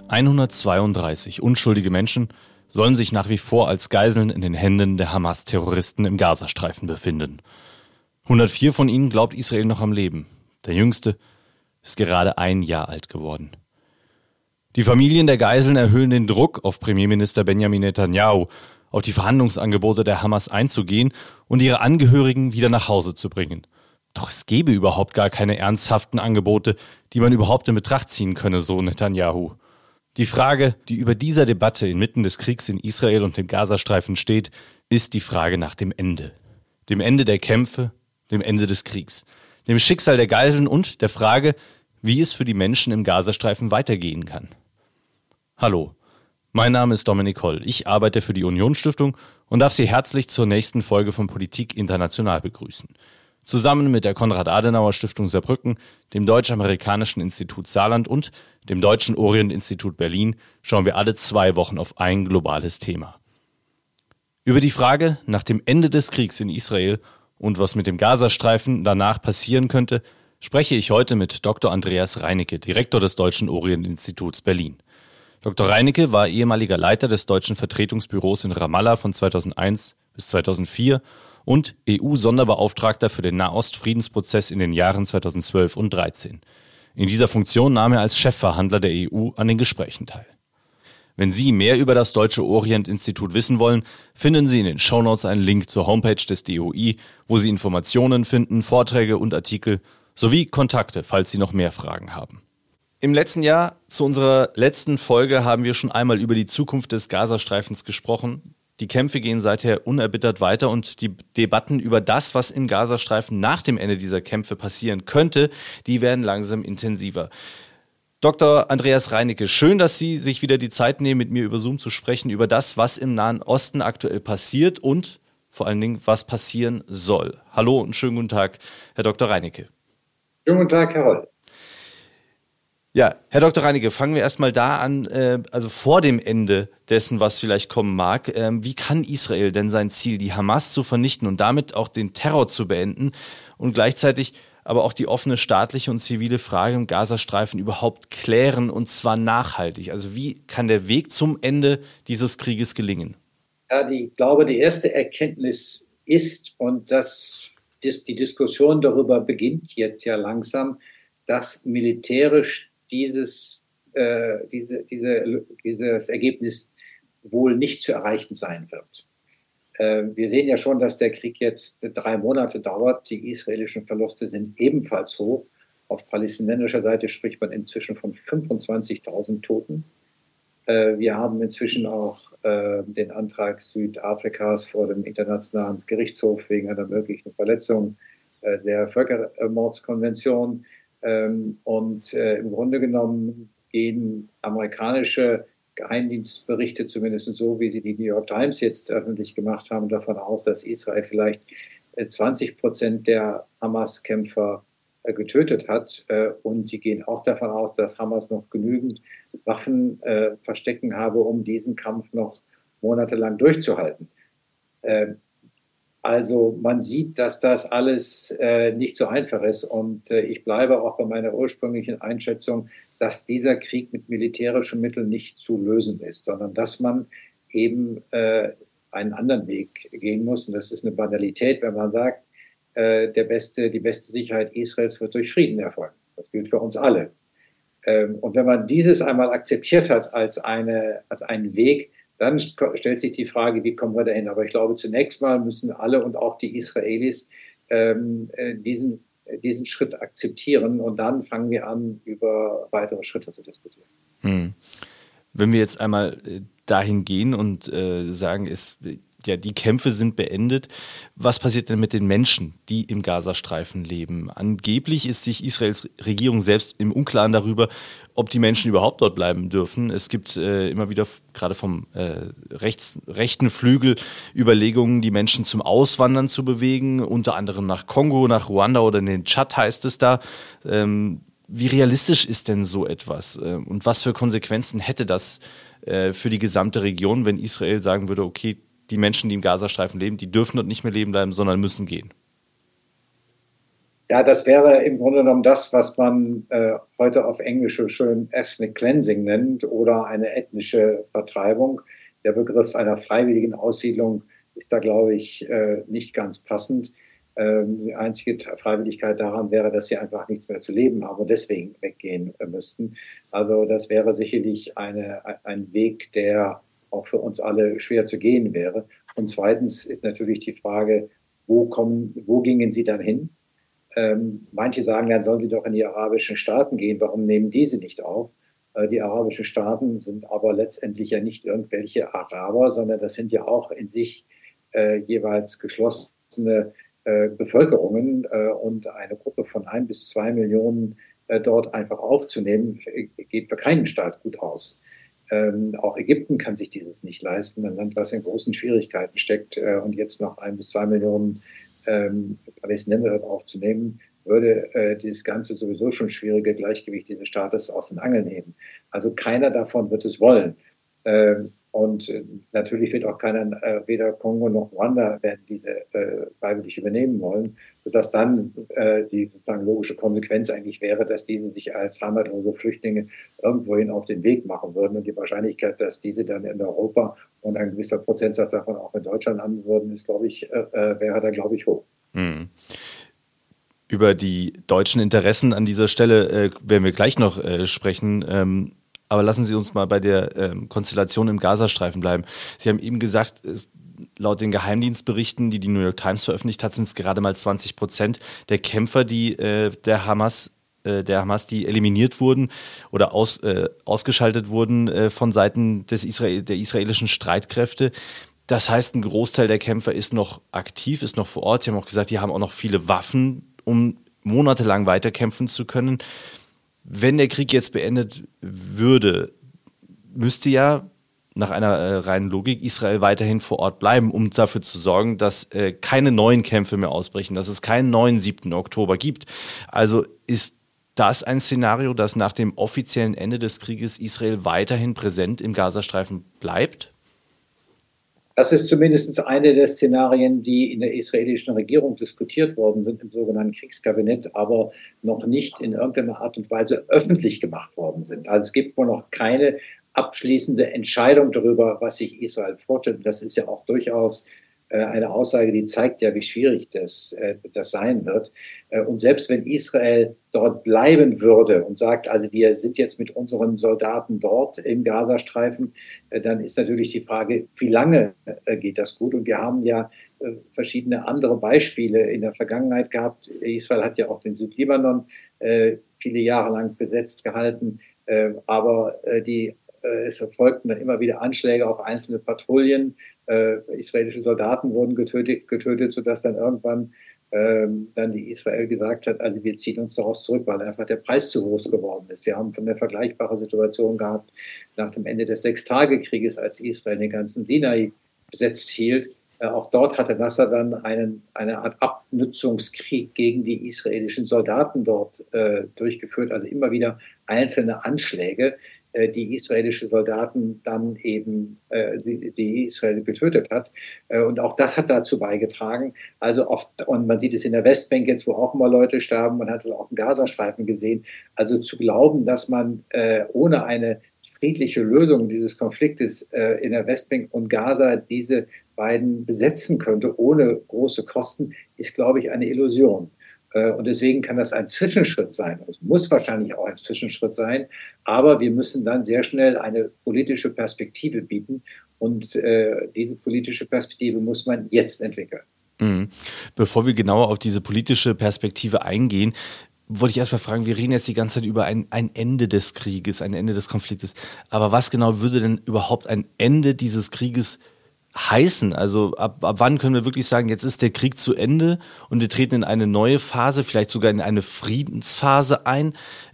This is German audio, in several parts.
132 unschuldige Menschen sollen sich nach wie vor als Geiseln in den Händen der Hamas-Terroristen im Gazastreifen befinden. 104 von ihnen glaubt Israel noch am Leben. Der jüngste ist gerade 1 Jahr alt geworden. Die Familien der Geiseln erhöhen den Druck auf Premierminister Benjamin Netanyahu, auf die Verhandlungsangebote der Hamas einzugehen und ihre Angehörigen wieder nach Hause zu bringen. Doch es gäbe überhaupt gar keine ernsthaften Angebote, die man überhaupt in Betracht ziehen könne, so Netanyahu. Die Frage, die über dieser Debatte inmitten des Kriegs in Israel und dem Gazastreifen steht, ist die Frage nach dem Ende. Dem Ende der Kämpfe, dem Ende des Kriegs, dem Schicksal der Geiseln und der Frage, wie es für die Menschen im Gazastreifen weitergehen kann. Hallo, mein Name ist Dominik Holl. Ich arbeite für die Union-Stiftung und darf Sie herzlich zur nächsten Folge von Politik International begrüßen. Zusammen mit der Konrad-Adenauer-Stiftung Saarbrücken, dem Deutsch-Amerikanischen Institut Saarland und dem Deutschen Orient-Institut Berlin schauen wir alle 2 Wochen auf ein globales Thema. Über die Frage nach dem Ende des Kriegs in Israel und was mit dem Gazastreifen danach passieren könnte, spreche ich heute mit Dr. Andreas Reinecke, Direktor des Deutschen Orient-Instituts Berlin. Dr. Reinecke war ehemaliger Leiter des deutschen Vertretungsbüros in Ramallah von 2001 bis 2004 und EU-Sonderbeauftragter für den Nahost-Friedensprozess in den Jahren 2012 und 2013. In dieser Funktion nahm er als Chefverhandler der EU an den Gesprächen teil. Wenn Sie mehr über das Deutsche Orient-Institut wissen wollen, finden Sie in den Shownotes einen Link zur Homepage des DOI, wo Sie Informationen finden, Vorträge und Artikel sowie Kontakte, falls Sie noch mehr Fragen haben. Im letzten Jahr, zu unserer letzten Folge, haben wir schon einmal über die Zukunft des Gazastreifens gesprochen. Die Kämpfe gehen seither unerbittert weiter und die Debatten über das, was im Gazastreifen nach dem Ende dieser Kämpfe passieren könnte, die werden langsam intensiver. Dr. Andreas Reinecke, schön, dass Sie sich wieder die Zeit nehmen, mit mir über Zoom zu sprechen, über das, was im Nahen Osten aktuell passiert und vor allen Dingen, was passieren soll. Hallo und schönen guten Tag, Herr Dr. Reinecke. Schönen guten Tag, Herr Holl. Ja, Herr Dr. Reinecke, fangen wir erstmal da an, also vor dem Ende dessen, was vielleicht kommen mag. Wie kann Israel denn sein Ziel, die Hamas zu vernichten und damit auch den Terror zu beenden und gleichzeitig aber auch die offene staatliche und zivile Frage im Gazastreifen überhaupt klären und zwar nachhaltig? Also wie kann der Weg zum Ende dieses Krieges gelingen? Ja, ich glaube, die erste Erkenntnis ist, und die Diskussion darüber beginnt jetzt ja langsam, dass militärisch dieses Ergebnis wohl nicht zu erreichen sein wird. Wir sehen ja schon, dass der Krieg jetzt 3 Monate dauert. Die israelischen Verluste sind ebenfalls hoch. Auf palästinensischer Seite spricht man inzwischen von 25.000 Toten. Wir haben inzwischen auch den Antrag Südafrikas vor dem Internationalen Gerichtshof wegen einer möglichen Verletzung der Völkermordskonvention. Und im Grunde genommen gehen amerikanische Geheimdienstberichte, zumindest so, wie sie die New York Times jetzt öffentlich gemacht haben, davon aus, dass Israel vielleicht 20% der Hamas-Kämpfer getötet hat. Und die gehen auch davon aus, dass Hamas noch genügend Waffen verstecken habe, um diesen Kampf noch monatelang durchzuhalten. Also man sieht, dass das alles nicht so einfach ist und ich bleibe auch bei meiner ursprünglichen Einschätzung, dass dieser Krieg mit militärischen Mitteln nicht zu lösen ist, sondern dass man eben einen anderen Weg gehen muss. Und das ist eine Banalität, wenn man sagt, die beste Sicherheit Israels wird durch Frieden erfolgen. Das gilt für uns alle. Und wenn man dieses einmal akzeptiert hat als einen Weg, dann stellt sich die Frage, wie kommen wir dahin? Aber ich glaube, zunächst mal müssen alle und auch die Israelis diesen Schritt akzeptieren und dann fangen wir an, über weitere Schritte zu diskutieren. Wenn wir jetzt einmal dahin gehen und sagen, die Kämpfe sind beendet, was passiert denn mit den Menschen, die im Gazastreifen leben? Angeblich ist sich Israels Regierung selbst im Unklaren darüber, ob die Menschen überhaupt dort bleiben dürfen. Es gibt immer wieder, gerade vom rechten Flügel, Überlegungen, die Menschen zum Auswandern zu bewegen, unter anderem nach Kongo, nach Ruanda oder in den Tschad heißt es da. Wie realistisch ist denn so etwas? Und was für Konsequenzen hätte das für die gesamte Region, wenn Israel sagen würde, okay, die Menschen, die im Gazastreifen leben, die dürfen dort nicht mehr leben bleiben, sondern müssen gehen? Ja, das wäre im Grunde genommen das, was man heute auf Englisch so schön Ethnic Cleansing nennt oder eine ethnische Vertreibung. Der Begriff einer freiwilligen Aussiedlung ist da, glaube ich, nicht ganz passend. Die einzige Freiwilligkeit daran wäre, dass sie einfach nichts mehr zu leben haben und deswegen weggehen müssten. Also das wäre sicherlich ein Weg, der auch für uns alle schwer zu gehen wäre. Und zweitens ist natürlich die Frage, wo gingen sie dann hin? Manche sagen, dann sollen sie doch in die arabischen Staaten gehen. Warum nehmen diese nicht auf? Die arabischen Staaten sind aber letztendlich ja nicht irgendwelche Araber, sondern das sind ja auch in sich jeweils geschlossene Bevölkerungen und eine Gruppe von 1 bis 2 Millionen dort einfach aufzunehmen, geht für keinen Staat gut aus. Auch Ägypten kann sich dieses nicht leisten, ein Land, was in großen Schwierigkeiten steckt und jetzt noch 1 bis 2 Millionen Palästinenser dort aufzunehmen, würde dieses ganze sowieso schon schwierige Gleichgewicht dieses Staates aus den Angeln heben. Also keiner davon wird es wollen. Und natürlich wird auch keiner, weder Kongo noch Ruanda, werden diese freiwillig übernehmen wollen, sodass dann die sozusagen logische Konsequenz eigentlich wäre, dass diese sich als heimatlose Flüchtlinge irgendwohin auf den Weg machen würden. Und die Wahrscheinlichkeit, dass diese dann in Europa und ein gewisser Prozentsatz davon auch in Deutschland landen würden, ist, glaube ich, wäre da, glaube ich, hoch. Hm. Über die deutschen Interessen an dieser Stelle werden wir gleich noch sprechen. Aber lassen Sie uns mal bei der Konstellation im Gazastreifen bleiben. Sie haben eben gesagt, laut den Geheimdienstberichten, die New York Times veröffentlicht hat, sind es gerade mal 20% der Kämpfer, die der Hamas, die eliminiert wurden oder ausgeschaltet wurden von Seiten der israelischen Streitkräfte. Das heißt, ein Großteil der Kämpfer ist noch aktiv, ist noch vor Ort. Sie haben auch gesagt, die haben auch noch viele Waffen, um monatelang weiterkämpfen zu können. Wenn der Krieg jetzt beendet würde, müsste ja nach einer reinen Logik Israel weiterhin vor Ort bleiben, um dafür zu sorgen, dass keine neuen Kämpfe mehr ausbrechen, dass es keinen neuen 7. Oktober gibt. Also ist das ein Szenario, dass nach dem offiziellen Ende des Krieges Israel weiterhin präsent im Gazastreifen bleibt? Das ist zumindest eine der Szenarien, die in der israelischen Regierung diskutiert worden sind, im sogenannten Kriegskabinett, aber noch nicht in irgendeiner Art und Weise öffentlich gemacht worden sind. Also es gibt wohl noch keine abschließende Entscheidung darüber, was sich Israel vorstellt. Das ist ja auch durchaus eine Aussage, die zeigt ja, wie schwierig das sein wird. Und selbst wenn Israel dort bleiben würde und sagt, also wir sind jetzt mit unseren Soldaten dort im Gazastreifen, dann ist natürlich die Frage, wie lange geht das gut? Und wir haben ja verschiedene andere Beispiele in der Vergangenheit gehabt. Israel hat ja auch den Südlibanon viele Jahre lang besetzt gehalten, aber es erfolgten dann immer wieder Anschläge auf einzelne Patrouillen. Israelische Soldaten wurden getötet, sodass dann irgendwann dann die Israel gesagt hat, also wir ziehen uns daraus zurück, weil einfach der Preis zu hoch geworden ist. Wir haben eine vergleichbare Situation gehabt nach dem Ende des Sechstagekrieges, als Israel den ganzen Sinai besetzt hielt. Auch dort hatte Nasser dann eine Art Abnutzungskrieg gegen die israelischen Soldaten dort durchgeführt, also immer wieder einzelne Anschläge, die israelische Soldaten dann eben, die Israel getötet hat. Und auch das hat dazu beigetragen. Also oft, und man sieht es in der Westbank jetzt, wo auch immer Leute starben, man hat es auch im Gazastreifen gesehen. Also zu glauben, dass man ohne eine friedliche Lösung dieses Konfliktes in der Westbank und Gaza diese beiden besetzen könnte, ohne große Kosten, ist, glaube ich, eine Illusion. Und deswegen kann das ein Zwischenschritt sein. Es muss wahrscheinlich auch ein Zwischenschritt sein. Aber wir müssen dann sehr schnell eine politische Perspektive bieten. Und diese politische Perspektive muss man jetzt entwickeln. Mhm. Bevor wir genauer auf diese politische Perspektive eingehen, wollte ich erst mal fragen, wir reden jetzt die ganze Zeit über ein Ende des Krieges, ein Ende des Konfliktes. Aber was genau würde denn überhaupt ein Ende dieses Krieges heißen? Also ab wann können wir wirklich sagen, jetzt ist der Krieg zu Ende und wir treten in eine neue Phase, vielleicht sogar in eine Friedensphase ein?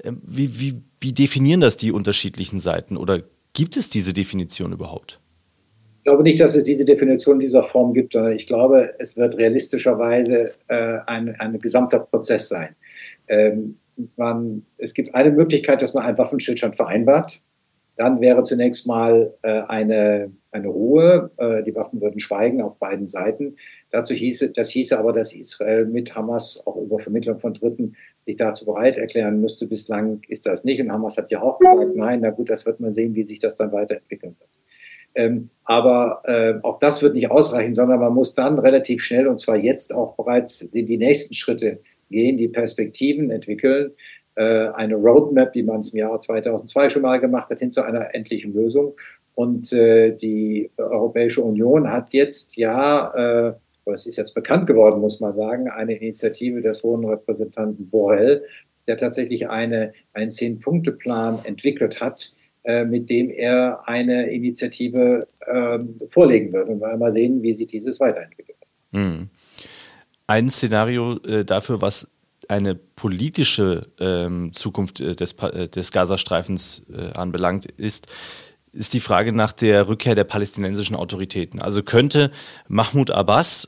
Wie definieren das die unterschiedlichen Seiten oder gibt es diese Definition überhaupt? Ich glaube nicht, dass es diese Definition in dieser Form gibt, sondern ich glaube, es wird realistischerweise ein gesamter Prozess sein. Es gibt eine Möglichkeit, dass man einen Waffenstillstand vereinbart. Dann wäre zunächst mal eine Ruhe. Die Waffen würden schweigen auf beiden Seiten. Das hieße aber, dass Israel mit Hamas auch über Vermittlung von Dritten sich dazu bereit erklären müsste. Bislang ist das nicht. Und Hamas hat ja auch gesagt, nein, na gut, das wird man sehen, wie sich das dann weiterentwickeln wird. Aber auch das wird nicht ausreichen, sondern man muss dann relativ schnell, und zwar jetzt auch bereits in die nächsten Schritte gehen, die Perspektiven entwickeln, eine Roadmap, wie man es im Jahr 2002 schon mal gemacht hat, hin zu einer endlichen Lösung. Und die Europäische Union hat jetzt es ist jetzt bekannt geworden, muss man sagen, eine Initiative des Hohen Repräsentanten Borrell, der tatsächlich einen 10-Punkte-Plan entwickelt hat, mit dem er eine Initiative vorlegen wird. Und mal sehen, wie sich dieses weiterentwickelt. Ein Szenario dafür, was eine politische Zukunft des Gazastreifens anbelangt, ist die Frage nach der Rückkehr der palästinensischen Autoritäten. Also könnte Mahmoud Abbas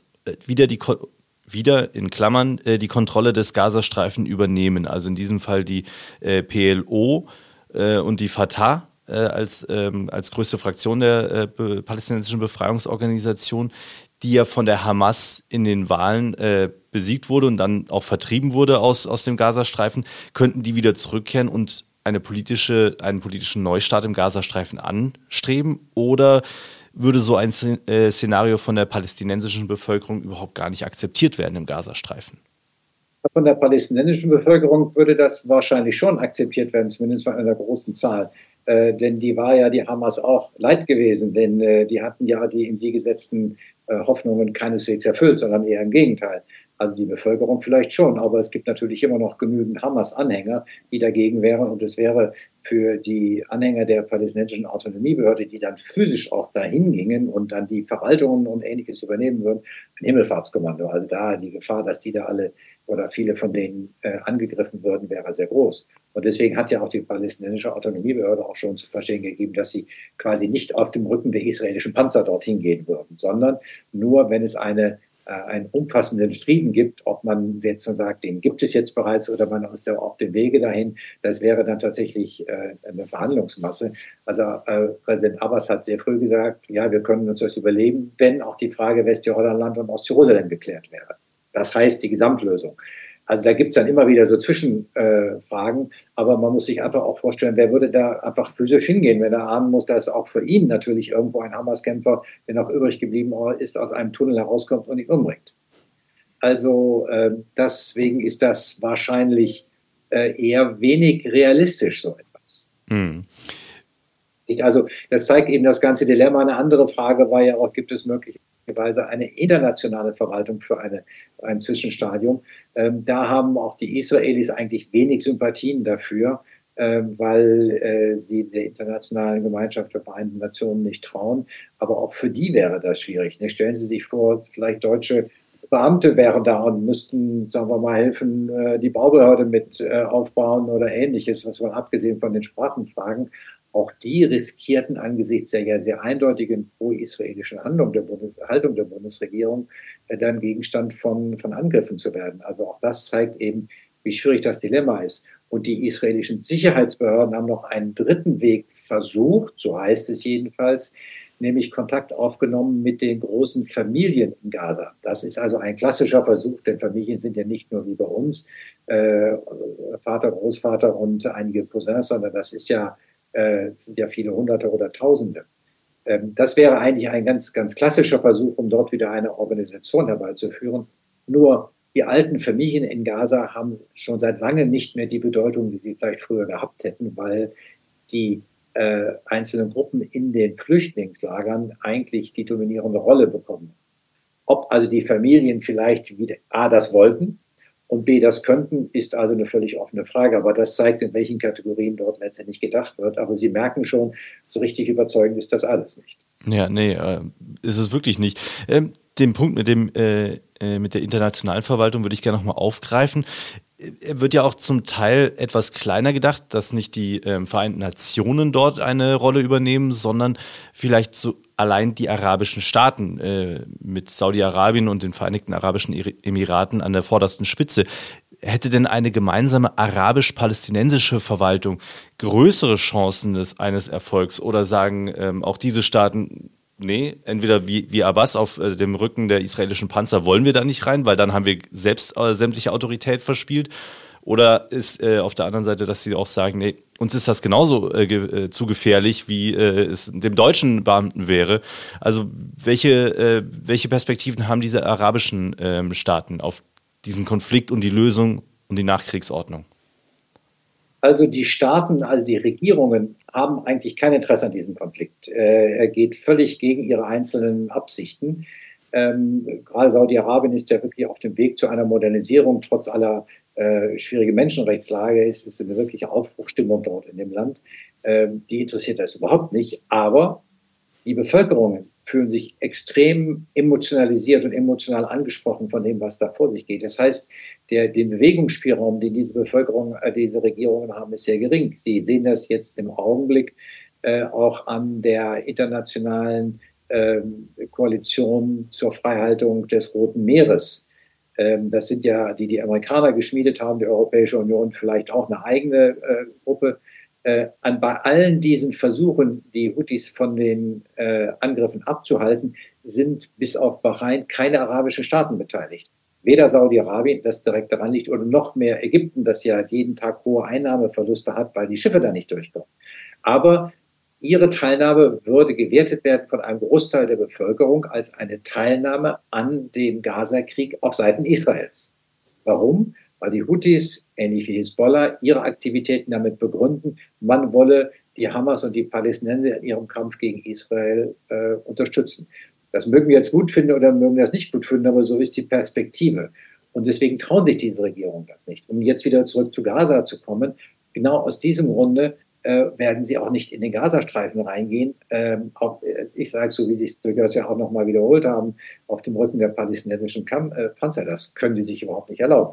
wieder in Klammern die Kontrolle des Gazastreifen übernehmen. Also in diesem Fall die PLO und die Fatah als größte Fraktion der palästinensischen Befreiungsorganisation, die ja von der Hamas in den Wahlen besiegt wurde und dann auch vertrieben wurde aus dem Gazastreifen. Könnten die wieder zurückkehren und einen politischen Neustart im Gazastreifen anstreben, oder würde so ein Szenario von der palästinensischen Bevölkerung überhaupt gar nicht akzeptiert werden im Gazastreifen? Von der palästinensischen Bevölkerung würde das wahrscheinlich schon akzeptiert werden, zumindest von einer großen Zahl. Denn die war ja die Hamas auch leid gewesen, denn die hatten ja die in sie gesetzten Hoffnungen keineswegs erfüllt, sondern eher im Gegenteil. Also die Bevölkerung vielleicht schon, aber es gibt natürlich immer noch genügend Hamas-Anhänger, die dagegen wären. Und es wäre für die Anhänger der palästinensischen Autonomiebehörde, die dann physisch auch dahin gingen und dann die Verwaltungen und Ähnliches übernehmen würden, ein Himmelfahrtskommando. Also da die Gefahr, dass die da alle oder viele von denen angegriffen würden, wäre sehr groß. Und deswegen hat ja auch die palästinensische Autonomiebehörde auch schon zu verstehen gegeben, dass sie quasi nicht auf dem Rücken der israelischen Panzer dorthin gehen würden, sondern nur, wenn es einen umfassenden Frieden gibt, ob man jetzt so sagt, den gibt es jetzt bereits oder man ist auf dem Wege dahin, das wäre dann tatsächlich eine Verhandlungsmasse. Also Präsident Abbas hat sehr früh gesagt, ja, wir können uns das überleben, wenn auch die Frage Westjordanland und Ostjerusalem geklärt wäre. Das heißt die Gesamtlösung. Also da gibt es dann immer wieder so Zwischenfragen, aber man muss sich einfach auch vorstellen, wer würde da einfach physisch hingehen, wenn er ahnen muss, dass auch für ihn natürlich irgendwo ein Hamas-Kämpfer, der noch übrig geblieben ist, aus einem Tunnel herauskommt und ihn umbringt. Also deswegen ist das wahrscheinlich eher wenig realistisch, so etwas. Also das zeigt eben das ganze Dilemma. Eine andere Frage war ja auch, gibt es möglicherweise eine internationale Verwaltung für ein Zwischenstadium? Da haben auch die Israelis eigentlich wenig Sympathien dafür, weil sie der internationalen Gemeinschaft der Vereinten Nationen nicht trauen. Aber auch für die wäre das schwierig. Ne? Stellen Sie sich vor, vielleicht deutsche Beamte wären da und müssten, sagen wir mal, helfen, die Baubehörde mit aufbauen oder Ähnliches, was man abgesehen von den Sprachenfragen. Auch die riskierten angesichts der sehr eindeutigen pro-israelischen Haltung der Bundesregierung dann Gegenstand von Angriffen zu werden. Also auch das zeigt eben, wie schwierig das Dilemma ist. Und die israelischen Sicherheitsbehörden haben noch einen dritten Weg versucht, so heißt es jedenfalls, nämlich Kontakt aufgenommen mit den großen Familien in Gaza. Das ist also ein klassischer Versuch, denn Familien sind ja nicht nur wie bei uns Vater, Großvater und einige Cousins, sondern das sind ja viele Hunderte oder Tausende. Das wäre eigentlich ein ganz, ganz klassischer Versuch, um dort wieder eine Organisation herbeizuführen. Nur die alten Familien in Gaza haben schon seit langem nicht mehr die Bedeutung, die sie vielleicht früher gehabt hätten, weil die einzelnen Gruppen in den Flüchtlingslagern eigentlich die dominierende Rolle bekommen. Ob also die Familien vielleicht wieder A, das wollten und B, das könnten, ist also eine völlig offene Frage. Aber das zeigt, in welchen Kategorien dort letztendlich gedacht wird. Aber Sie merken schon, so richtig überzeugend ist das alles nicht. Ja, nee, ist es wirklich nicht. Den Punkt mit der internationalen Verwaltung würde ich gerne nochmal aufgreifen. Wird ja auch zum Teil etwas kleiner gedacht, dass nicht die Vereinten Nationen dort eine Rolle übernehmen, sondern vielleicht so allein die arabischen Staaten mit Saudi-Arabien und den Vereinigten Arabischen Emiraten an der vordersten Spitze. Hätte denn eine gemeinsame arabisch-palästinensische Verwaltung größere Chancen eines Erfolgs, oder sagen auch diese Staaten, nee, entweder wie Abbas auf dem Rücken der israelischen Panzer wollen wir da nicht rein, weil dann haben wir selbst sämtliche Autorität verspielt. Oder ist auf der anderen Seite, dass sie auch sagen, nee, uns ist das genauso zu gefährlich, wie es dem deutschen Beamten wäre. Also welche Perspektiven haben diese arabischen Staaten auf diesen Konflikt und die Lösung und die Nachkriegsordnung? Also die Staaten, also die Regierungen haben eigentlich kein Interesse an diesem Konflikt. Er geht völlig gegen ihre einzelnen Absichten. Gerade Saudi-Arabien ist ja wirklich auf dem Weg zu einer Modernisierung, trotz aller schwierigen Menschenrechtslage. Es ist eine wirkliche Aufbruchstimmung dort in dem Land. Die interessiert das überhaupt nicht. Aber die Bevölkerungen fühlen sich extrem emotionalisiert und emotional angesprochen von dem, was da vor sich geht. Das heißt, den Bewegungsspielraum, den diese Bevölkerung, diese Regierungen haben, ist sehr gering. Sie sehen das jetzt im Augenblick auch an der internationalen Koalition zur Freihaltung des Roten Meeres. Das sind ja die Amerikaner geschmiedet haben, die Europäische Union vielleicht auch eine eigene Gruppe. Bei allen diesen Versuchen, die Houthis von den Angriffen abzuhalten, sind bis auf Bahrain keine arabischen Staaten beteiligt. Weder Saudi-Arabien, das direkt daran liegt, oder noch mehr Ägypten, das ja jeden Tag hohe Einnahmeverluste hat, weil die Schiffe da nicht durchkommen. Aber ihre Teilnahme würde gewertet werden von einem Großteil der Bevölkerung als eine Teilnahme an dem Gaza-Krieg auf Seiten Israels. Warum? Weil die Houthis, ähnlich wie Hisbollah, ihre Aktivitäten damit begründen, man wolle die Hamas und die Palästinenser in ihrem Kampf gegen Israel unterstützen. Das mögen wir jetzt gut finden oder mögen das nicht gut finden, aber so ist die Perspektive. Und deswegen trauen sich diese Regierungen das nicht. Um jetzt wieder zurück zu Gaza zu kommen, genau aus diesem Grunde werden sie auch nicht in den Gazastreifen reingehen. Auch, ich sage so, wie sie es durchaus ja auch nochmal wiederholt haben, auf dem Rücken der palästinensischen Panzer. Das können die sich überhaupt nicht erlauben.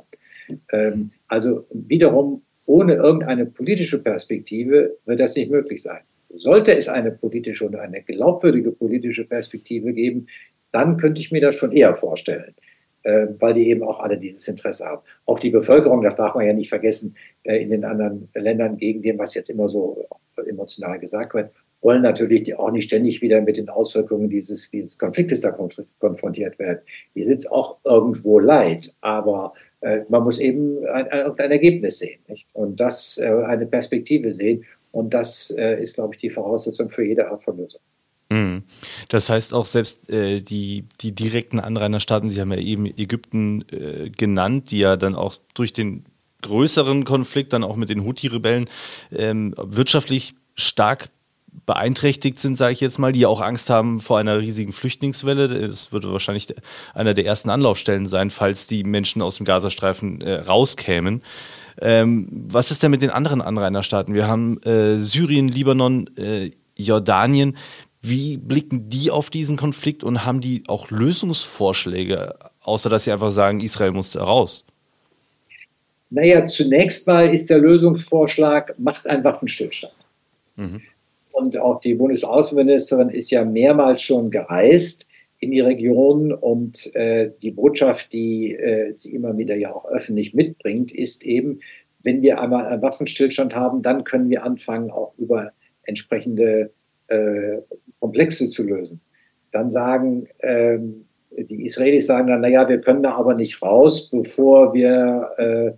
Also wiederum, ohne irgendeine politische Perspektive wird das nicht möglich sein. Sollte es eine politische und eine glaubwürdige politische Perspektive geben, dann könnte ich mir das schon eher vorstellen, weil die eben auch alle dieses Interesse haben. Auch die Bevölkerung, das darf man ja nicht vergessen, in den anderen Ländern gegen dem, was jetzt immer so emotional gesagt wird, wollen natürlich auch nicht ständig wieder mit den Auswirkungen dieses Konfliktes da konfrontiert werden. Die sind es auch irgendwo leid, aber man muss eben ein Ergebnis sehen, nicht? Und das eine Perspektive sehen. Und das ist, glaube ich, die Voraussetzung für jede Art von Lösung. Das heißt auch selbst die direkten Anrainerstaaten, Sie haben ja eben Ägypten genannt, die ja dann auch durch den größeren Konflikt, dann auch mit den Houthi-Rebellen, wirtschaftlich stark beeinträchtigt sind, sage ich jetzt mal, die ja auch Angst haben vor einer riesigen Flüchtlingswelle. Das würde wahrscheinlich einer der ersten Anlaufstellen sein, falls die Menschen aus dem Gazastreifen rauskämen. Was ist denn mit den anderen Anrainerstaaten? Wir haben Syrien, Libanon, Jordanien. Wie blicken die auf diesen Konflikt und haben die auch Lösungsvorschläge, außer dass sie einfach sagen, Israel muss da raus? Naja, zunächst mal ist der Lösungsvorschlag, macht einen Waffenstillstand. Mhm. Und auch die Bundesaußenministerin ist ja mehrmals schon gereist in die Region und die Botschaft, die sie immer wieder ja auch öffentlich mitbringt, ist eben, wenn wir einmal einen Waffenstillstand haben, dann können wir anfangen, auch über entsprechende Komplexe zu lösen. Dann sagen die Israelis sagen dann, naja, wir können da aber nicht raus, bevor wir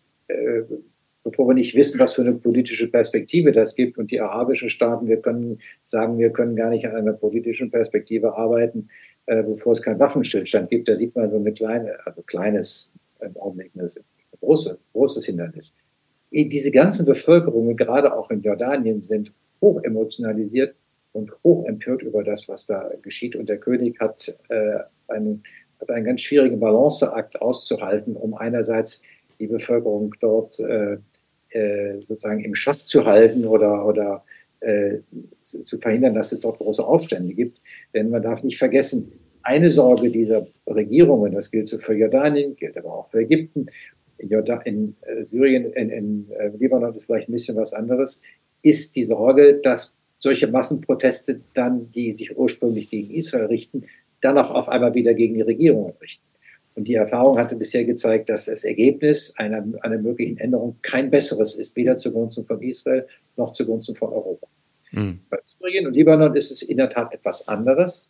nicht wissen, was für eine politische Perspektive das gibt. Und die arabischen Staaten, wir können sagen, wir können gar nicht an einer politischen Perspektive arbeiten, bevor es keinen Waffenstillstand gibt. Da sieht man so eine kleines, im Augenblick ein großes Hindernis. Diese ganzen Bevölkerungen, gerade auch in Jordanien, sind hoch emotionalisiert und hoch empört über das, was da geschieht. Und der König hat einen ganz schwierigen Balanceakt auszuhalten, um einerseits die Bevölkerung dort sozusagen im Schach zu halten oder zu verhindern, dass es dort große Aufstände gibt. Denn man darf nicht vergessen, eine Sorge dieser Regierungen, das gilt so für Jordanien, gilt aber auch für Ägypten, in Syrien, in Libanon ist vielleicht ein bisschen was anderes, ist die Sorge, dass solche Massenproteste dann, die sich ursprünglich gegen Israel richten, dann auch auf einmal wieder gegen die Regierungen richten. Und die Erfahrung hatte bisher gezeigt, dass das Ergebnis einer möglichen Änderung kein besseres ist, weder zugunsten von Israel noch zugunsten von Europa. Mhm. Syrien und Libanon ist es in der Tat etwas anderes.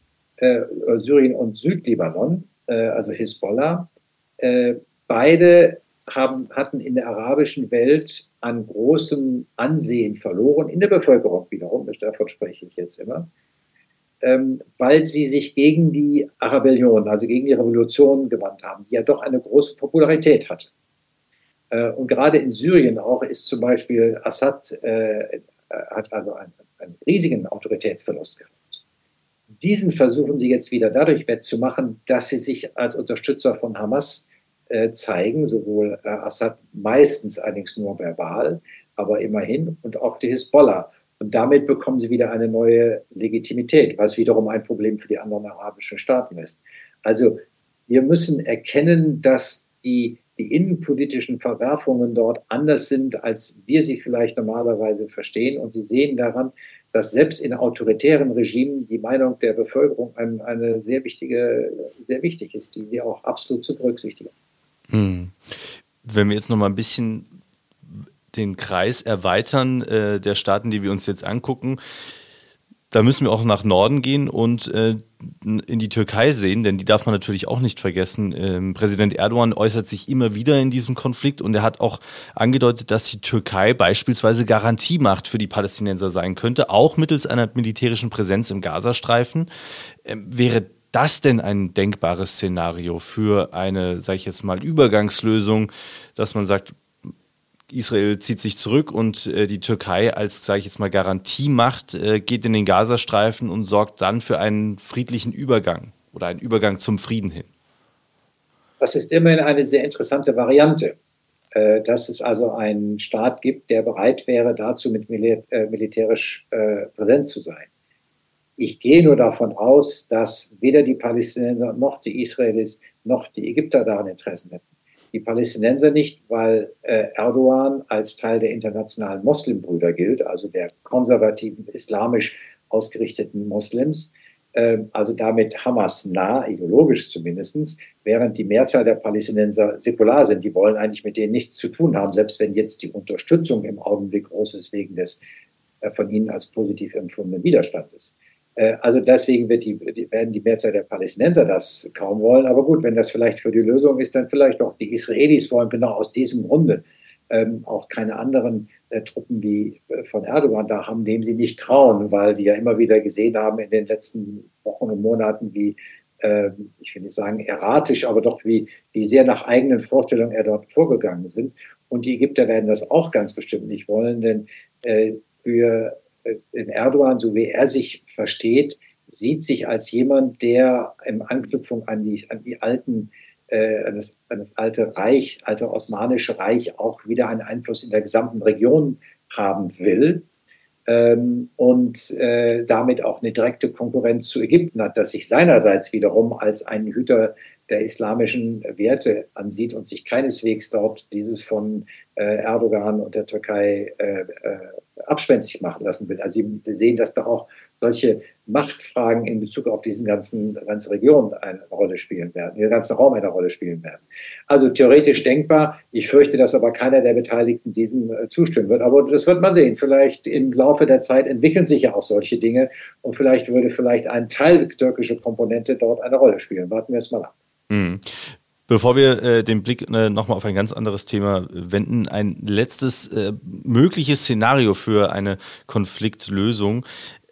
Syrien und Südlibanon, also Hisbollah, beide hatten in der arabischen Welt an großem Ansehen verloren, in der Bevölkerung wiederum, davon spreche ich jetzt immer, weil sie sich gegen die Rebellion, also gegen die Revolution gewandt haben, die ja doch eine große Popularität hatte. Und gerade in Syrien auch ist zum Beispiel Assad hat also einen riesigen Autoritätsverlust gehabt. Diesen versuchen sie jetzt wieder dadurch wettzumachen, dass sie sich als Unterstützer von Hamas zeigen, sowohl Assad meistens allerdings nur verbal, aber immerhin, und auch die Hisbollah. Und damit bekommen sie wieder eine neue Legitimität, was wiederum ein Problem für die anderen arabischen Staaten ist. Also wir müssen erkennen, dass die innenpolitischen Verwerfungen dort anders sind, als wir sie vielleicht normalerweise verstehen. Und Sie sehen daran, dass selbst in autoritären Regimen die Meinung der Bevölkerung eine sehr wichtig ist, die sie auch absolut zu berücksichtigen. Wenn wir jetzt noch mal ein bisschen den Kreis erweitern der Staaten, die wir uns jetzt angucken, da müssen wir auch nach Norden gehen und in die Türkei sehen, denn die darf man natürlich auch nicht vergessen. Präsident Erdogan äußert sich immer wieder in diesem Konflikt und er hat auch angedeutet, dass die Türkei beispielsweise Garantiemacht für die Palästinenser sein könnte, auch mittels einer militärischen Präsenz im Gazastreifen. Wäre das denn ein denkbares Szenario für eine, sage ich jetzt mal, Übergangslösung, dass man sagt, Israel zieht sich zurück und die Türkei als, sage ich jetzt mal, Garantiemacht geht in den Gazastreifen und sorgt dann für einen friedlichen Übergang oder einen Übergang zum Frieden hin? Das ist immerhin eine sehr interessante Variante, dass es also einen Staat gibt, der bereit wäre, dazu mit militärisch präsent zu sein. Ich gehe nur davon aus, dass weder die Palästinenser noch die Israelis noch die Ägypter daran Interessen hätten. Die Palästinenser nicht, weil Erdogan als Teil der internationalen Muslimbrüder gilt, also der konservativen, islamisch ausgerichteten Moslems, also damit Hamas nah, ideologisch zumindest, während die Mehrzahl der Palästinenser säkular sind. Die wollen eigentlich mit denen nichts zu tun haben, selbst wenn jetzt die Unterstützung im Augenblick groß ist wegen des von ihnen als positiv empfundenen Widerstandes. Also deswegen werden die Mehrzahl der Palästinenser das kaum wollen. Aber gut, wenn das vielleicht für die Lösung ist, dann vielleicht auch die Israelis wollen genau aus diesem Grunde auch keine anderen Truppen wie von Erdogan da haben, dem sie nicht trauen, weil wir ja immer wieder gesehen haben in den letzten Wochen und Monaten, wie, ich will nicht sagen erratisch, aber doch wie sehr nach eigenen Vorstellungen er dort vorgegangen sind. Und die Ägypter werden das auch ganz bestimmt nicht wollen, denn für in Erdogan, so wie er sich versteht, sieht sich als jemand, der in Anknüpfung an die alten, an das alte Reich, alte Osmanische Reich auch wieder einen Einfluss in der gesamten Region haben will und damit auch eine direkte Konkurrenz zu Ägypten hat, das sich seinerseits wiederum als einen Hüter der islamischen Werte ansieht und sich keineswegs dort dieses von Erdogan und der Türkei abspenstig machen lassen will. Also Sie sehen, dass da auch solche Machtfragen in Bezug auf diese ganze Region eine Rolle spielen werden, den ganzen Raum eine Rolle spielen werden. Also theoretisch denkbar. Ich fürchte, dass aber keiner der Beteiligten diesem zustimmen wird. Aber das wird man sehen. Vielleicht im Laufe der Zeit entwickeln sich ja auch solche Dinge und vielleicht würde ein Teil türkische Komponente dort eine Rolle spielen. Warten wir es mal ab. Mhm. Bevor wir den Blick nochmal auf ein ganz anderes Thema wenden, ein letztes mögliches Szenario für eine Konfliktlösung.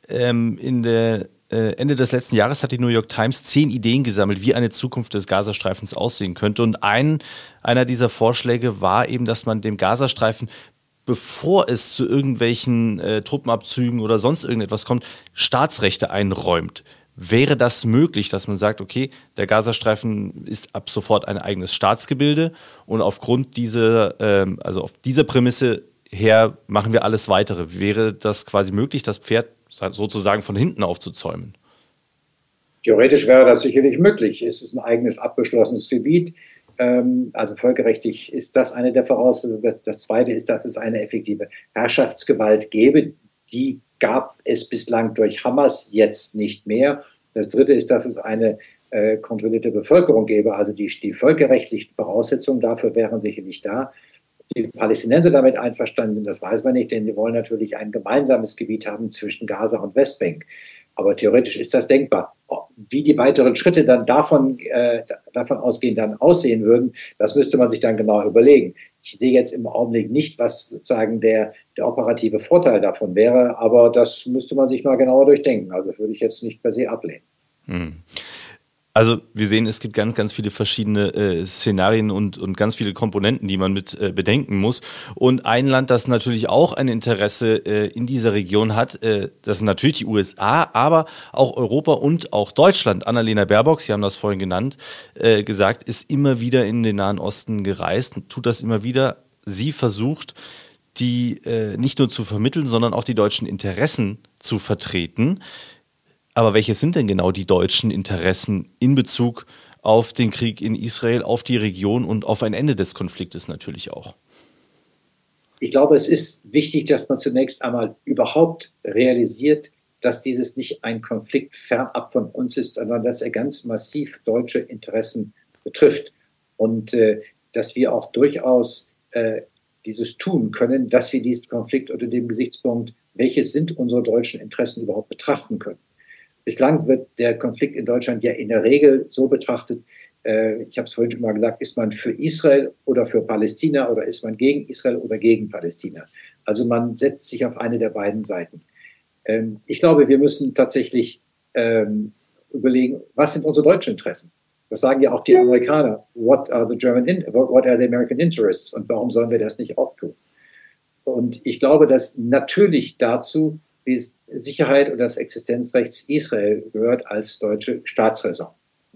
Ende des letzten Jahres hat die New York Times 10 Ideen gesammelt, wie eine Zukunft des Gazastreifens aussehen könnte. Und einer dieser Vorschläge war eben, dass man dem Gazastreifen, bevor es zu irgendwelchen Truppenabzügen oder sonst irgendetwas kommt, Staatsrechte einräumt. Wäre das möglich, dass man sagt, okay, der Gazastreifen ist ab sofort ein eigenes Staatsgebilde und aufgrund also auf dieser Prämisse her machen wir alles Weitere? Wäre das quasi möglich, das Pferd sozusagen von hinten aufzuzäumen? Theoretisch wäre das sicherlich möglich. Es ist ein eigenes abgeschlossenes Gebiet. Also völkerrechtlich ist das eine der Voraussetzungen. Das Zweite ist, dass es eine effektive Herrschaftsgewalt gäbe. Die gab es bislang durch Hamas, jetzt nicht mehr. Das Dritte ist, dass es eine kontrollierte Bevölkerung gäbe. Also die völkerrechtlichen Voraussetzungen dafür wären sicherlich da. die Palästinenser damit einverstanden sind, das weiß man nicht, denn die wollen natürlich ein gemeinsames Gebiet haben zwischen Gaza und Westbank. Aber theoretisch ist das denkbar. Wie die weiteren Schritte dann davon ausgehend dann aussehen würden, das müsste man sich dann genau überlegen. Ich sehe jetzt im Augenblick nicht, was sozusagen der operative Vorteil davon wäre, aber das müsste man sich mal genauer durchdenken. Also das würde ich jetzt nicht per se ablehnen. Also wir sehen, es gibt ganz, ganz viele verschiedene Szenarien und ganz viele Komponenten, die man mit bedenken muss. Und ein Land, das natürlich auch ein Interesse in dieser Region hat, das sind natürlich die USA, aber auch Europa und auch Deutschland. Annalena Baerbock, Sie haben das vorhin genannt, gesagt, ist immer wieder in den Nahen Osten gereist, tut das immer wieder. Sie versucht, die nicht nur zu vermitteln, sondern auch die deutschen Interessen zu vertreten. Aber welche sind denn genau die deutschen Interessen in Bezug auf den Krieg in Israel, auf die Region und auf ein Ende des Konfliktes natürlich auch? Ich glaube, es ist wichtig, dass man zunächst einmal überhaupt realisiert, dass dieses nicht ein Konflikt fernab von uns ist, sondern dass er ganz massiv deutsche Interessen betrifft. Und dass wir auch durchaus dieses tun können, dass wir diesen Konflikt unter dem Gesichtspunkt, welches sind unsere deutschen Interessen, überhaupt betrachten können. Bislang wird der Konflikt in Deutschland ja in der Regel so betrachtet, ich habe es vorhin schon mal gesagt, ist man für Israel oder für Palästina oder ist man gegen Israel oder gegen Palästina? Also man setzt sich auf eine der beiden Seiten. Ich glaube, wir müssen tatsächlich überlegen, was sind unsere deutschen Interessen? Das sagen ja auch die Amerikaner. What are the American interests? Und warum sollen wir das nicht auch tun? Und ich glaube, dass natürlich dazu die Sicherheit und das Existenzrecht Israel gehört als deutsche Staatsräson.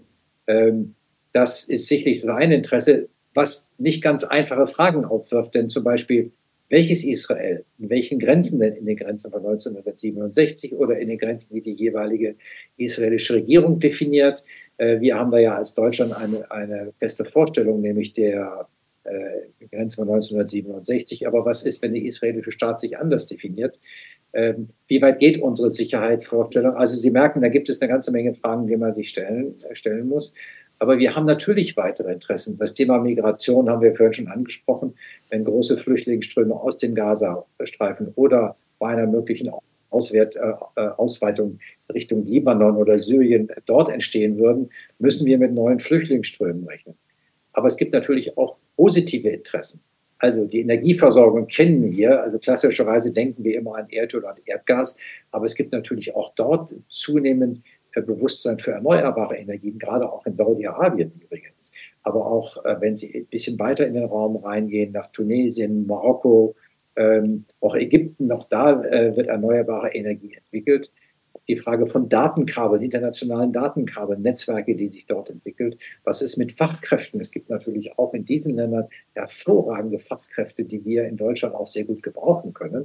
Das ist sicherlich das eine Interesse, was nicht ganz einfache Fragen aufwirft, denn zum Beispiel, welches Israel, in welchen Grenzen denn, in den Grenzen von 1967 oder in den Grenzen, die die jeweilige israelische Regierung definiert. Wir haben da ja als Deutschland eine feste Vorstellung, nämlich der Grenze von 1967. Aber was ist, wenn der israelische Staat sich anders definiert? Wie weit geht unsere Sicherheitsvorstellung? Also Sie merken, da gibt es eine ganze Menge Fragen, die man sich stellen muss. Aber wir haben natürlich weitere Interessen. Das Thema Migration haben wir vorhin schon angesprochen. Wenn große Flüchtlingsströme aus dem Gazastreifen oder bei einer möglichen Ausweitung Richtung Libanon oder Syrien dort entstehen würden, müssen wir mit neuen Flüchtlingsströmen rechnen. Aber es gibt natürlich auch positive Interessen. Also die Energieversorgung kennen wir. Also klassischerweise denken wir immer an Erdöl und Erdgas. Aber es gibt natürlich auch dort zunehmend Bewusstsein für erneuerbare Energien, gerade auch in Saudi-Arabien übrigens. Aber auch, wenn Sie ein bisschen weiter in den Raum reingehen, nach Tunesien, Marokko, auch Ägypten, auch da wird erneuerbare Energie entwickelt. Die Frage von Datenkabeln, internationalen Datenkabeln, Netzwerke, die sich dort entwickelt. Was ist mit Fachkräften? Es gibt natürlich auch in diesen Ländern hervorragende Fachkräfte, die wir in Deutschland auch sehr gut gebrauchen können.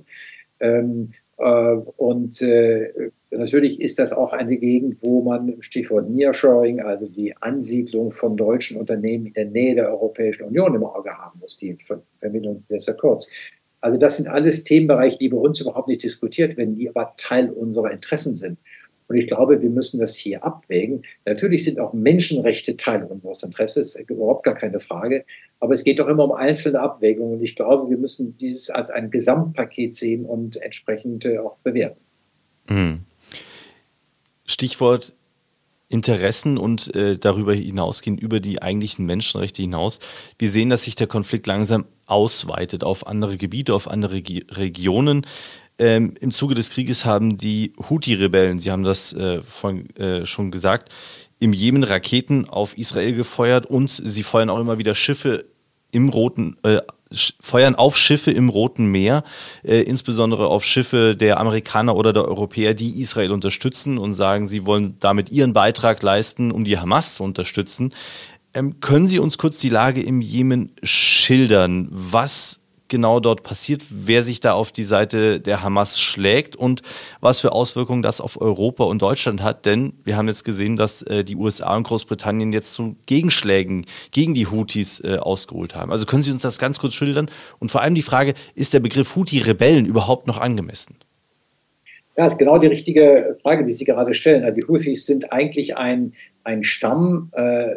Natürlich ist das auch eine Gegend, wo man, Stichwort Nearshoring, also die Ansiedlung von deutschen Unternehmen in der Nähe der Europäischen Union im Auge haben muss, die Verbindung des Akkords. Also das sind alles Themenbereiche, die bei uns überhaupt nicht diskutiert werden, die aber Teil unserer Interessen sind. Und ich glaube, wir müssen das hier abwägen. Natürlich sind auch Menschenrechte Teil unseres Interesses, überhaupt gar keine Frage. Aber es geht doch immer um einzelne Abwägungen. Und ich glaube, wir müssen dieses als ein Gesamtpaket sehen und entsprechend auch bewerten. Stichwort Interessen und darüber hinausgehen, über die eigentlichen Menschenrechte hinaus. Wir sehen, dass sich der Konflikt langsam ausweitet auf andere Gebiete, auf andere Regionen. Im Zuge des Krieges haben die Houthi-Rebellen, Sie haben das schon gesagt, im Jemen Raketen auf Israel gefeuert und sie feuern auch immer wieder feuern auf Schiffe im Roten Meer, insbesondere auf Schiffe der Amerikaner oder der Europäer, die Israel unterstützen und sagen, sie wollen damit ihren Beitrag leisten, um die Hamas zu unterstützen. Können Sie uns kurz die Lage im Jemen schildern? Was genau dort passiert, wer sich da auf die Seite der Hamas schlägt und was für Auswirkungen das auf Europa und Deutschland hat. Denn wir haben jetzt gesehen, dass die USA und Großbritannien jetzt zu Gegenschlägen gegen die Houthis ausgeholt haben. Also können Sie uns das ganz kurz schildern? Und vor allem die Frage, ist der Begriff Houthi-Rebellen überhaupt noch angemessen? Ja, das ist genau die richtige Frage, die Sie gerade stellen. Also die Houthis sind eigentlich ein Stamm,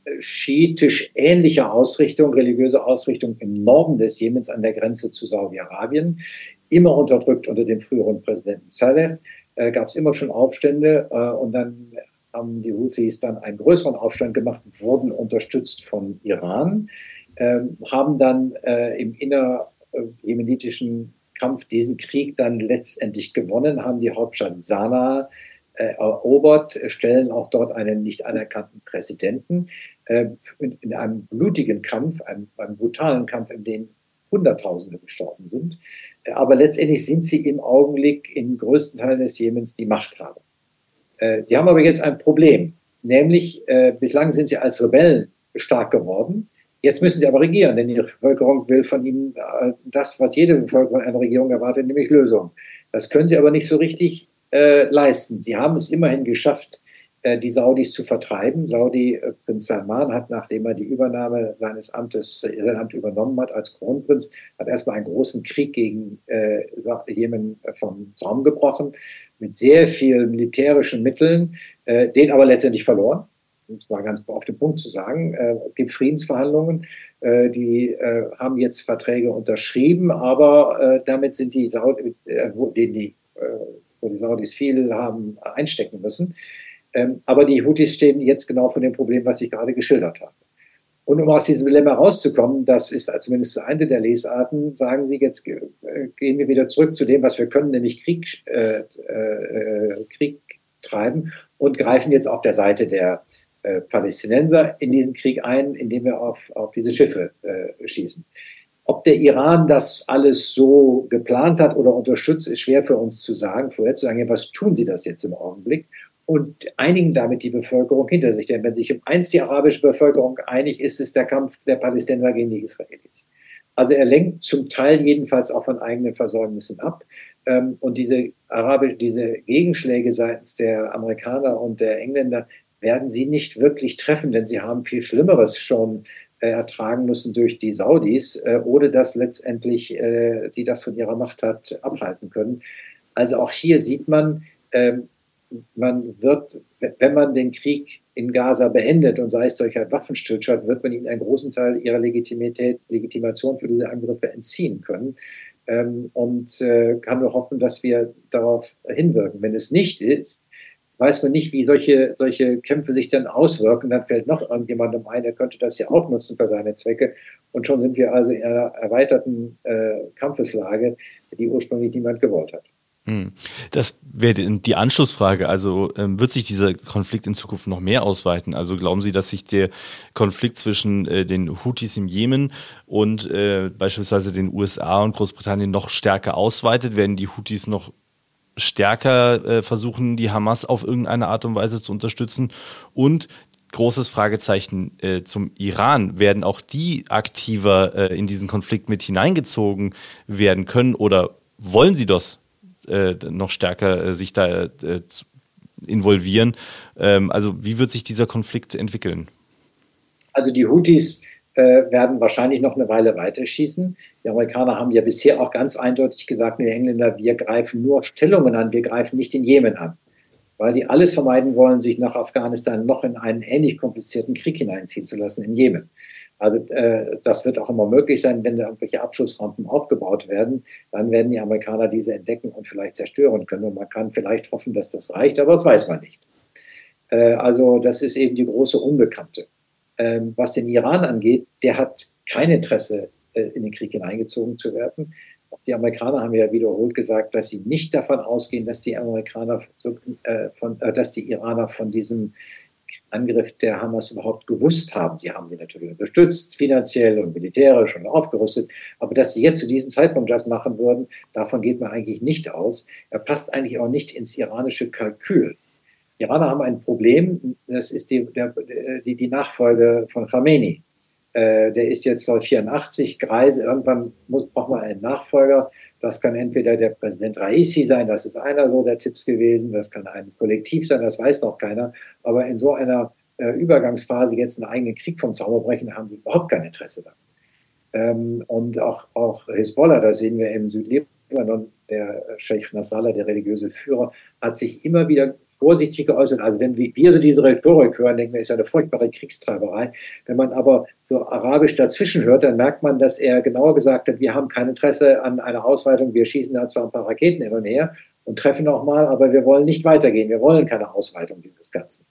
schiitisch ähnlicher Ausrichtung, religiöse Ausrichtung im Norden des Jemens an der Grenze zu Saudi-Arabien, immer unterdrückt unter dem früheren Präsidenten Saleh, gab es immer schon Aufstände und dann haben die Houthis dann einen größeren Aufstand gemacht, wurden unterstützt von Iran, haben dann im innerjemenitischen Kampf diesen Krieg dann letztendlich gewonnen, haben die Hauptstadt Sanaa erobert, stellen auch dort einen nicht anerkannten Präsidenten in einem blutigen Kampf, einem brutalen Kampf, in dem Hunderttausende gestorben sind. Aber letztendlich sind sie im Augenblick in größten Teilen des Jemens die Machthaber. Sie haben aber jetzt ein Problem, nämlich bislang sind sie als Rebellen stark geworden. Jetzt müssen sie aber regieren, denn die Bevölkerung will von ihnen das, was jede Bevölkerung einer Regierung erwartet, nämlich Lösungen. Das können sie aber nicht so richtig leisten. Sie haben es immerhin geschafft, die Saudis zu vertreiben. Prinz Salman hat, nachdem er die Übernahme sein Amt übernommen hat als Kronprinz, hat erstmal einen großen Krieg gegen Jemen vom Zaum gebrochen, mit sehr vielen militärischen Mitteln, den aber letztendlich verloren. Um es mal ganz auf den Punkt zu sagen, es gibt Friedensverhandlungen, die haben jetzt Verträge unterschrieben, aber damit sind die Saudis, wo die Saudis viel haben einstecken müssen. Aber die Houthis stehen jetzt genau vor dem Problem, was ich gerade geschildert habe. Und um aus diesem Dilemma rauszukommen, das ist zumindest eine der Lesarten, sagen sie, jetzt gehen wir wieder zurück zu dem, was wir können, nämlich Krieg treiben und greifen jetzt auf der Seite der Palästinenser in diesen Krieg ein, indem wir auf diese Schiffe schießen. Ob der Iran das alles so geplant hat oder unterstützt, ist schwer für uns zu sagen, vorherzusagen, was tun sie das jetzt im Augenblick und einigen damit die Bevölkerung hinter sich. Denn wenn sich um eins die arabische Bevölkerung einig ist, ist der Kampf der Palästinenser gegen die Israelis. Also er lenkt zum Teil jedenfalls auch von eigenen Versäumnissen ab. Und diese Gegenschläge seitens der Amerikaner und der Engländer werden sie nicht wirklich treffen, denn sie haben viel Schlimmeres schon ertragen müssen durch die Saudis, ohne dass letztendlich sie das von ihrer Macht hat abhalten können. Also auch hier sieht man, man wird, wenn man den Krieg in Gaza beendet und sei es durch einen Waffenstillstand, wird man ihnen einen großen Teil ihrer Legitimation für diese Angriffe entziehen können. Und kann nur hoffen, dass wir darauf hinwirken. Wenn es nicht ist, weiß man nicht, wie solche Kämpfe sich dann auswirken. Dann fällt noch irgendjemandem ein, der könnte das ja auch nutzen für seine Zwecke. Und schon sind wir also in einer erweiterten Kampfeslage, die ursprünglich niemand gewollt hat. Das wäre die Anschlussfrage. Also wird sich dieser Konflikt in Zukunft noch mehr ausweiten? Also glauben Sie, dass sich der Konflikt zwischen den Houthis im Jemen und beispielsweise den USA und Großbritannien noch stärker ausweitet? Werden die Houthis noch stärker versuchen, die Hamas auf irgendeine Art und Weise zu unterstützen? Und großes Fragezeichen zum Iran. Werden auch die aktiver in diesen Konflikt mit hineingezogen werden können oder wollen sie das noch stärker sich da involvieren? Also wie wird sich dieser Konflikt entwickeln? Also die Houthis werden wahrscheinlich noch eine Weile weiterschießen. Die Amerikaner haben ja bisher auch ganz eindeutig gesagt, die Engländer, wir greifen nur Stellungen an, wir greifen nicht den Jemen an. Weil die alles vermeiden wollen, sich nach Afghanistan noch in einen ähnlich komplizierten Krieg hineinziehen zu lassen im Jemen. Also das wird auch immer möglich sein, wenn da irgendwelche Abschussrampen aufgebaut werden, dann werden die Amerikaner diese entdecken und vielleicht zerstören können. Und man kann vielleicht hoffen, dass das reicht, aber das weiß man nicht. Also das ist eben die große Unbekannte. Was den Iran angeht, der hat kein Interesse, in den Krieg hineingezogen zu werden. Auch die Amerikaner haben ja wiederholt gesagt, dass sie nicht davon ausgehen, dass die dass die Iraner von diesem Angriff der Hamas überhaupt gewusst haben. Sie haben die natürlich unterstützt, finanziell und militärisch und aufgerüstet. Aber dass sie jetzt zu diesem Zeitpunkt das machen würden, davon geht man eigentlich nicht aus. Er passt eigentlich auch nicht ins iranische Kalkül. Die Iraner haben ein Problem, das ist die Nachfolge von Khamenei. Der ist jetzt 84, greise, irgendwann braucht man einen Nachfolger. Das kann entweder der Präsident Raisi sein, das ist einer so der Tipps gewesen, das kann ein Kollektiv sein, das weiß noch keiner. Aber in so einer Übergangsphase jetzt einen eigenen Krieg vom Zaun brechen, haben die überhaupt kein Interesse daran. Und auch Hisbollah, das sehen wir im Südlibanon, der Scheich Nasrallah, der religiöse Führer, hat sich immer wieder vorsichtig geäußert. Also wenn wir so diese Rhetorik hören, denken wir, ist ja eine furchtbare Kriegstreiberei. Wenn man aber so arabisch dazwischen hört, dann merkt man, dass er genauer gesagt hat, wir haben kein Interesse an einer Ausweitung, wir schießen da zwar ein paar Raketen hin und her und treffen auch mal, aber wir wollen nicht weitergehen, wir wollen keine Ausweitung dieses Ganzen.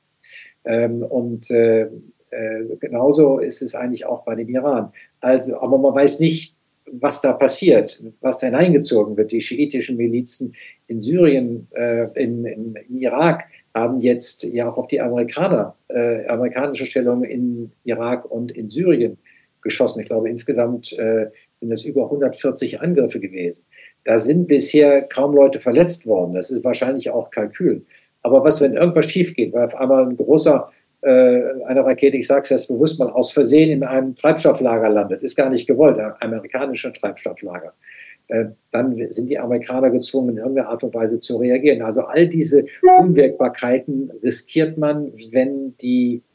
Genauso ist es eigentlich auch bei dem Iran. Also, aber man weiß nicht, was da passiert, was da hineingezogen wird. Die schiitischen Milizen in Syrien, in Irak haben jetzt ja auch auf die amerikanische Stellung in Irak und in Syrien geschossen. Ich glaube, insgesamt sind das über 140 Angriffe gewesen. Da sind bisher kaum Leute verletzt worden. Das ist wahrscheinlich auch Kalkül. Aber was, wenn irgendwas schief geht, weil auf einmal eine Rakete, ich sage es jetzt bewusst mal, aus Versehen in einem Treibstofflager landet, ist gar nicht gewollt, ein amerikanischer Treibstofflager, dann sind die Amerikaner gezwungen, in irgendeiner Art und Weise zu reagieren. Also all diese Unwägbarkeiten riskiert man, wenn diese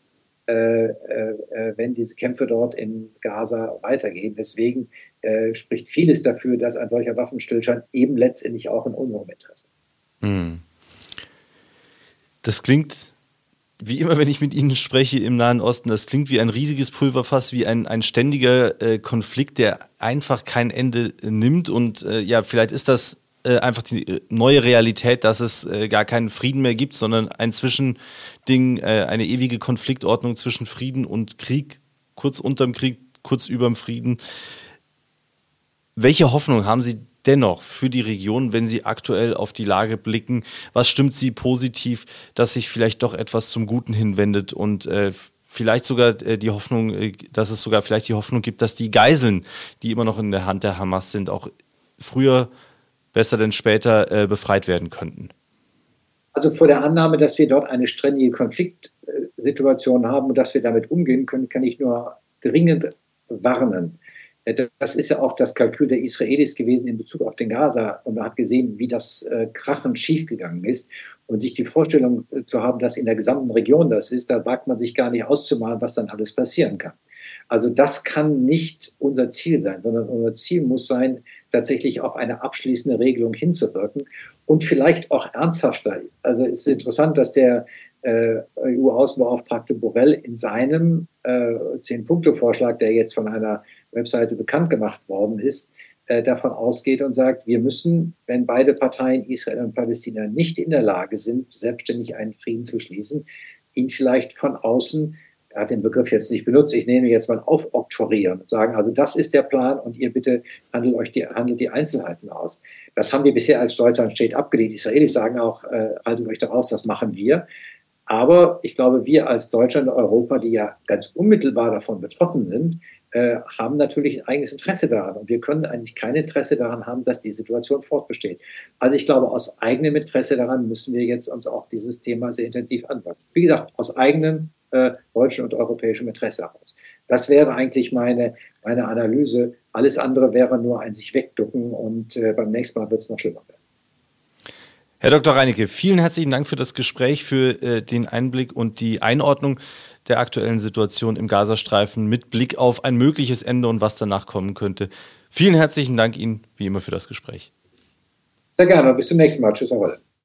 Kämpfe dort in Gaza weitergehen. Deswegen spricht vieles dafür, dass ein solcher Waffenstillstand eben letztendlich auch in unserem Interesse ist. Das klingt, wie immer, wenn ich mit Ihnen spreche im Nahen Osten, das klingt wie ein riesiges Pulverfass, wie ein ständiger Konflikt, der einfach kein Ende nimmt. Und vielleicht ist das einfach die neue Realität, dass es gar keinen Frieden mehr gibt, sondern ein Zwischending, eine ewige Konfliktordnung zwischen Frieden und Krieg, kurz unterm Krieg, kurz überm Frieden. Welche Hoffnung haben Sie dennoch für die Region, wenn Sie aktuell auf die Lage blicken? Was stimmt Sie positiv, dass sich vielleicht doch etwas zum Guten hinwendet und vielleicht sogar die Hoffnung, dass es sogar vielleicht die Hoffnung gibt, dass die Geiseln, die immer noch in der Hand der Hamas sind, auch früher, besser denn später befreit werden könnten? Also vor der Annahme, dass wir dort eine ständige Konfliktsituation haben und dass wir damit umgehen können, kann ich nur dringend warnen. Das ist ja auch das Kalkül der Israelis gewesen in Bezug auf den Gaza. Und man hat gesehen, wie das krachend schiefgegangen ist. Und sich die Vorstellung zu haben, dass in der gesamten Region das ist, da wagt man sich gar nicht auszumalen, was dann alles passieren kann. Also das kann nicht unser Ziel sein, sondern unser Ziel muss sein, tatsächlich auf eine abschließende Regelung hinzuwirken und vielleicht auch ernsthafter. Also es ist interessant, dass der EU-Außenbeauftragte Borrell in seinem 10-Punkte-Vorschlag, der jetzt von einer Webseite bekannt gemacht worden ist, davon ausgeht und sagt, wir müssen, wenn beide Parteien, Israel und Palästina, nicht in der Lage sind, selbstständig einen Frieden zu schließen, ihn vielleicht von außen, er hat den Begriff jetzt nicht benutzt, ich nehme jetzt mal aufoktroyieren und sagen, also das ist der Plan und ihr bitte handelt die Einzelheiten aus. Das haben wir bisher als Deutschland steht abgelehnt. Die Israelis sagen auch, haltet euch daraus, das machen wir. Aber ich glaube, wir als Deutschland und Europa, die ja ganz unmittelbar davon betroffen sind, haben natürlich ein eigenes Interesse daran. Und wir können eigentlich kein Interesse daran haben, dass die Situation fortbesteht. Also ich glaube, aus eigenem Interesse daran müssen wir jetzt uns auch dieses Thema sehr intensiv anschauen. Wie gesagt, aus eigenem deutschen und europäischem Interesse heraus. Das wäre eigentlich meine Analyse. Alles andere wäre nur ein sich wegducken und beim nächsten Mal wird es noch schlimmer werden. Herr Dr. Reinecke, vielen herzlichen Dank für das Gespräch, für den Einblick und die Einordnung der aktuellen Situation im Gazastreifen mit Blick auf ein mögliches Ende und was danach kommen könnte. Vielen herzlichen Dank Ihnen, wie immer, für das Gespräch. Sehr gerne. Bis zum nächsten Mal. Tschüss, Herr Wolle.